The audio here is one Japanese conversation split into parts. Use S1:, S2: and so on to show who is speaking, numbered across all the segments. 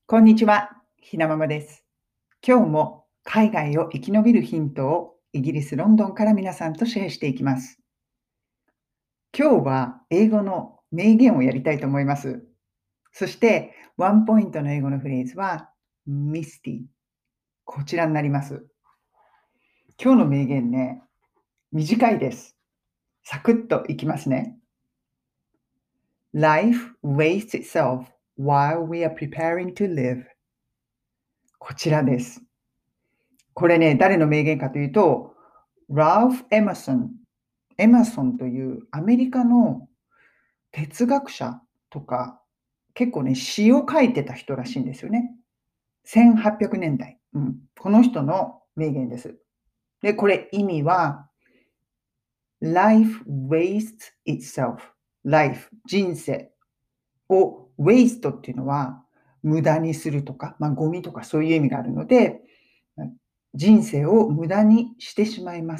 S1: こんにちは、ひなままです。今日も海外を生き延びるヒントをイギリス・ロンドンから皆さんとシェアしていきます。今日は英語の名言をやりたいと思います。そして、ワンポイントの英語のフレーズは、ミスティ。こちらになります。今日の名言ね、短いです。サクッといきますね。Life wastes itself while we are preparing to live. こちらです。これね、誰の名言かというと、ラルフ・エマソン。エマソンというアメリカの哲学者とか、結構ね、詩を書いてた人らしいんですよね。1800年代。この人の名言です。で、これ意味は、life wastes itself. life, 人生を waste っていうのは無駄にするとか、ゴミとかそういう意味があるので、人生を無駄にしてしまいます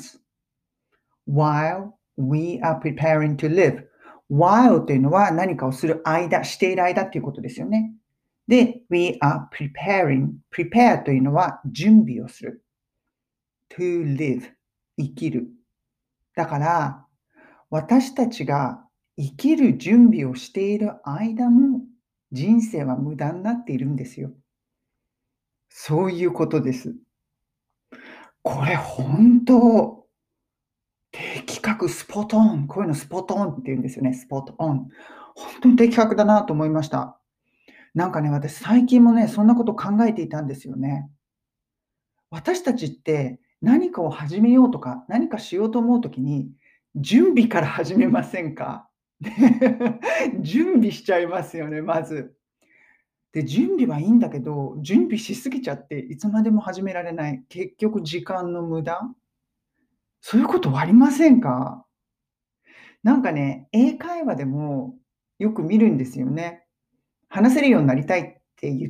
S1: 。while we are preparing to live. while というのは何かをする間、している間っていうことですよね。で、we are preparing. prepare というのは準備をする。to live. 生きる。だから、私たちが生きる準備をしている間も人生は無駄になっているんですよ。そういうことです。これ本当的確、スポットオン。こういうのスポットオンって言うんですよね。スポットオン。本当に的確だなと思いました。なんかね、私最近もね、そんなこと考えていたんですよね。私たちって何かを始めようとか、何かしようと思うときに、準備から始めませんか？準備しちゃいますよね、まず。で、準備はいいんだけど、準備しすぎちゃっていつまでも始められない。結局時間の無駄？そういうことありませんか？なんかね、英会話でもよく見るんですよね。話せるようになりたいって言って、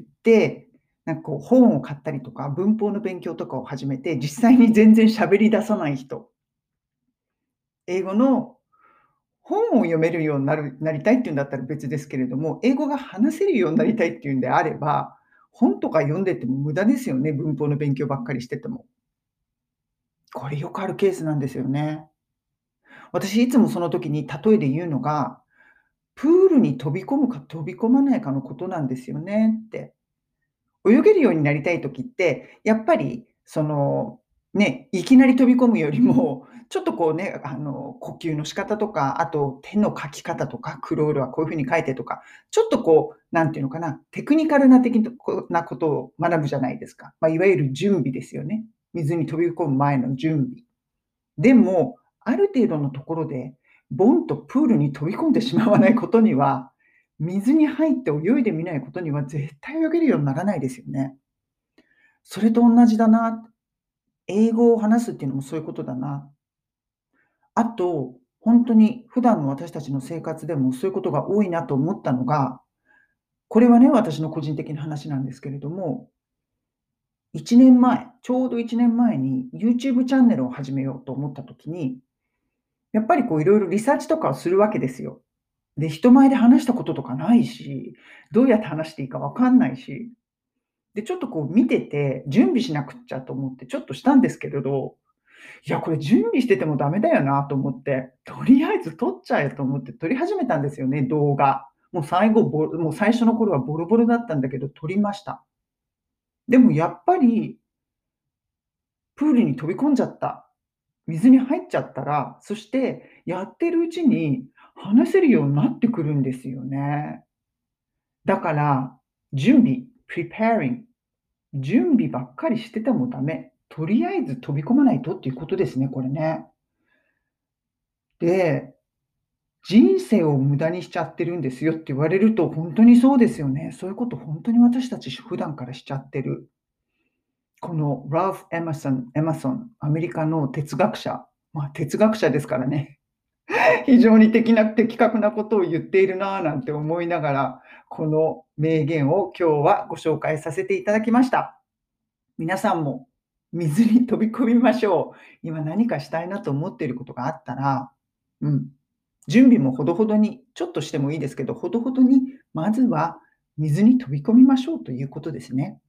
S1: なんかこう本を買ったりとか、文法の勉強とかを始めて、実際に全然喋り出さない人。英語の本を読めるようになりたいっていうんだったら別ですけれども、英語が話せるようになりたいっていうんであれば、本とか読んでても無駄ですよね、文法の勉強ばっかりしてても。これよくあるケースなんですよね。私いつもその時に例えで言うのが、プールに飛び込むか飛び込まないかのことなんですよねって。泳げるようになりたい時って、やっぱりね、いきなり飛び込むよりも、ちょっとこうね、呼吸の仕方とか、あと手の書き方とか、クロールはこういう風に書いてとか、ちょっとこう、なんていうのかな、テクニカルななことを学ぶじゃないですか。いわゆる準備ですよね。水に飛び込む前の準備。でも、ある程度のところで、ボンとプールに飛び込んでしまわないことには、水に入って泳いでみないことには絶対泳げるようにならないですよね。それと同じだな。英語を話すっていうのもそういうことだな。あと、本当に普段の私たちの生活でもそういうことが多いなと思ったのが、これはね、私の個人的な話なんですけれども、1年前、ちょうど1年前に YouTube チャンネルを始めようと思った時に、やっぱりこういろいろリサーチとかをするわけですよ。で、人前で話したこととかないし、どうやって話していいかわかんないし、で、ちょっとこう見てて、準備しなくっちゃと思ってちょっとしたんですけれど、いや、これ準備しててもダメだよなと思って、とりあえず撮っちゃえと思って撮り始めたんですよね、動画。もう最初の頃はボロボロだったんだけど、撮りました。でもやっぱり、プールに飛び込んじゃった。水に入っちゃったら、そしてやってるうちに話せるようになってくるんですよね。だから、準備、preparing、準備ばっかりしててもダメ。とりあえず飛び込まないとっていうことですね、これね。で、人生を無駄にしちゃってるんですよって言われると、本当にそうですよね。そういうこと本当に私たち普段からしちゃってる。このラルフ・エマソン、アメリカの哲学者、哲学者ですからね。非常に的確なことを言っているなぁなんて思いながら、この名言を今日はご紹介させていただきました。皆さんも水に飛び込みましょう。今何かしたいなと思っていることがあったら、うん、準備もほどほどに、ちょっとしてもいいですけど、ほどほどに、まずは水に飛び込みましょうということですね。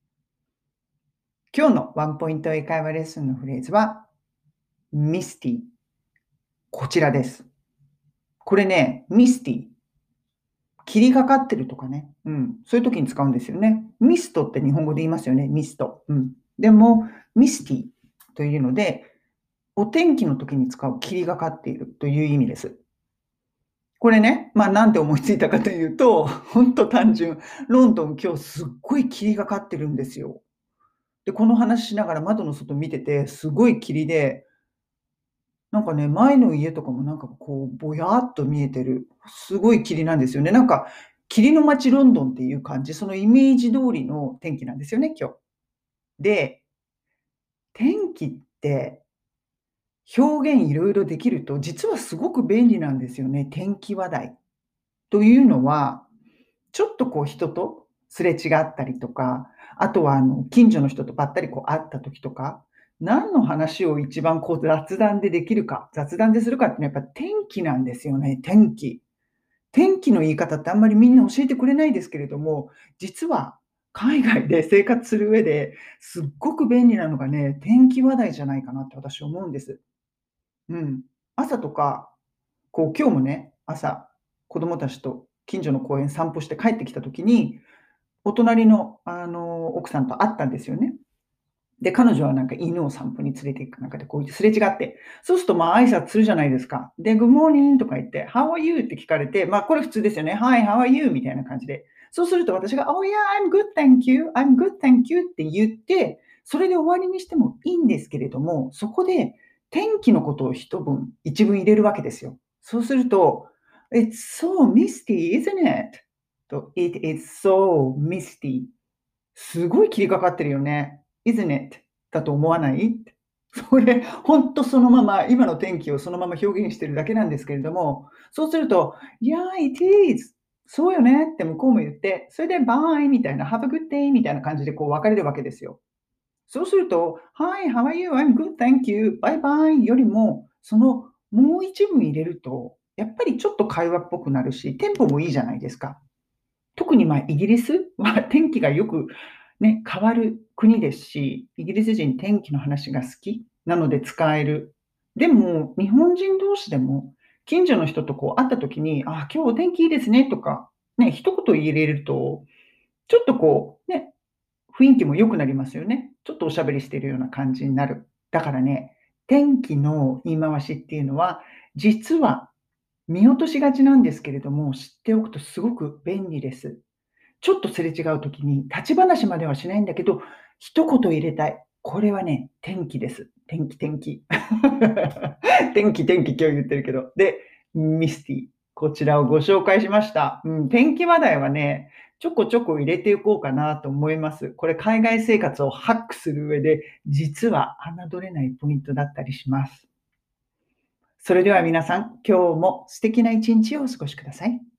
S1: 今日のワンポイント英会話レッスンのフレーズは、misty。こちらです。これね、misty。霧がかってるとかね。そういう時に使うんですよね。ミストって日本語で言いますよね。ミスト。でも、misty というので、お天気の時に使う霧がかっているという意味です。これね、なんて思いついたかというと、ほんと単純。ロンドン今日すっごい霧がかってるんですよ。で、この話しながら窓の外見てて、すごい霧で、なんかね、前の家とかもなんかこう、ぼやっと見えてる、すごい霧なんですよね。なんか、霧の街ロンドンっていう感じ、そのイメージ通りの天気なんですよね、今日。で、天気って表現いろいろできると、実はすごく便利なんですよね、天気話題。というのは、ちょっとこう人とすれ違ったりとか、あとは近所の人とばったりこう会った時とか、何の話を一番こう雑談でできるか、雑談でするかっていうのはやっぱ天気なんですよね、天気。天気の言い方ってあんまりみんな教えてくれないですけれども、実は海外で生活する上ですっごく便利なのがね、天気話題じゃないかなって私は思うんです。うん。朝とか、こう今日もね、朝、子供たちと近所の公園散歩して帰ってきた時に、お隣の奥さんと会ったんですよね。で、彼女はなんか犬を散歩に連れて行く中でこうすれ違って、そうすると挨拶するじゃないですか。で、Good morning とか言って、How are you? って聞かれて、これ普通ですよね。Hi, how are you? みたいな感じで。そうすると私が、Oh yeah, I'm good, thank you. I'm good, thank you って言って、それで終わりにしてもいいんですけれども、そこで天気のことを一文入れるわけですよ。そうすると、It's so misty, isn't it? と、It is so misty. すごい霧かかってるよね。Isn't it? だと思わない？それ、ほんとそのまま、今の天気をそのまま表現してるだけなんですけれども、そうすると、Yeah, it is. そうよねって向こうも言って、それで Bye みたいな、Have a good day みたいな感じでこう別れるわけですよ。そうすると、Hi, how are you? I'm good, thank you. Bye bye よりも、そのもう一文入れると、やっぱりちょっと会話っぽくなるし、テンポもいいじゃないですか。特にイギリスは天気がよくね、変わる国ですし、イギリス人天気の話が好きなので使える。でも、日本人同士でも、近所の人とこう会った時に、あ、今日お天気いいですねとか、ね、一言入れると、ちょっとこう、ね、雰囲気も良くなりますよね。ちょっとおしゃべりしているような感じになる。だからね、天気の言い回しっていうのは、実は見落としがちなんですけれども、知っておくとすごく便利です。ちょっとすれ違う時に、立ち話まではしないんだけど、一言入れたい。これはね、天気です。天気天気。天気天気今日言ってるけど。で、ミスティ。こちらをご紹介しました。天気話題はね、ちょこちょこ入れていこうかなと思います。これ海外生活をハックする上で、実は侮れないポイントだったりします。それでは皆さん、今日も素敵な一日をお過ごしください。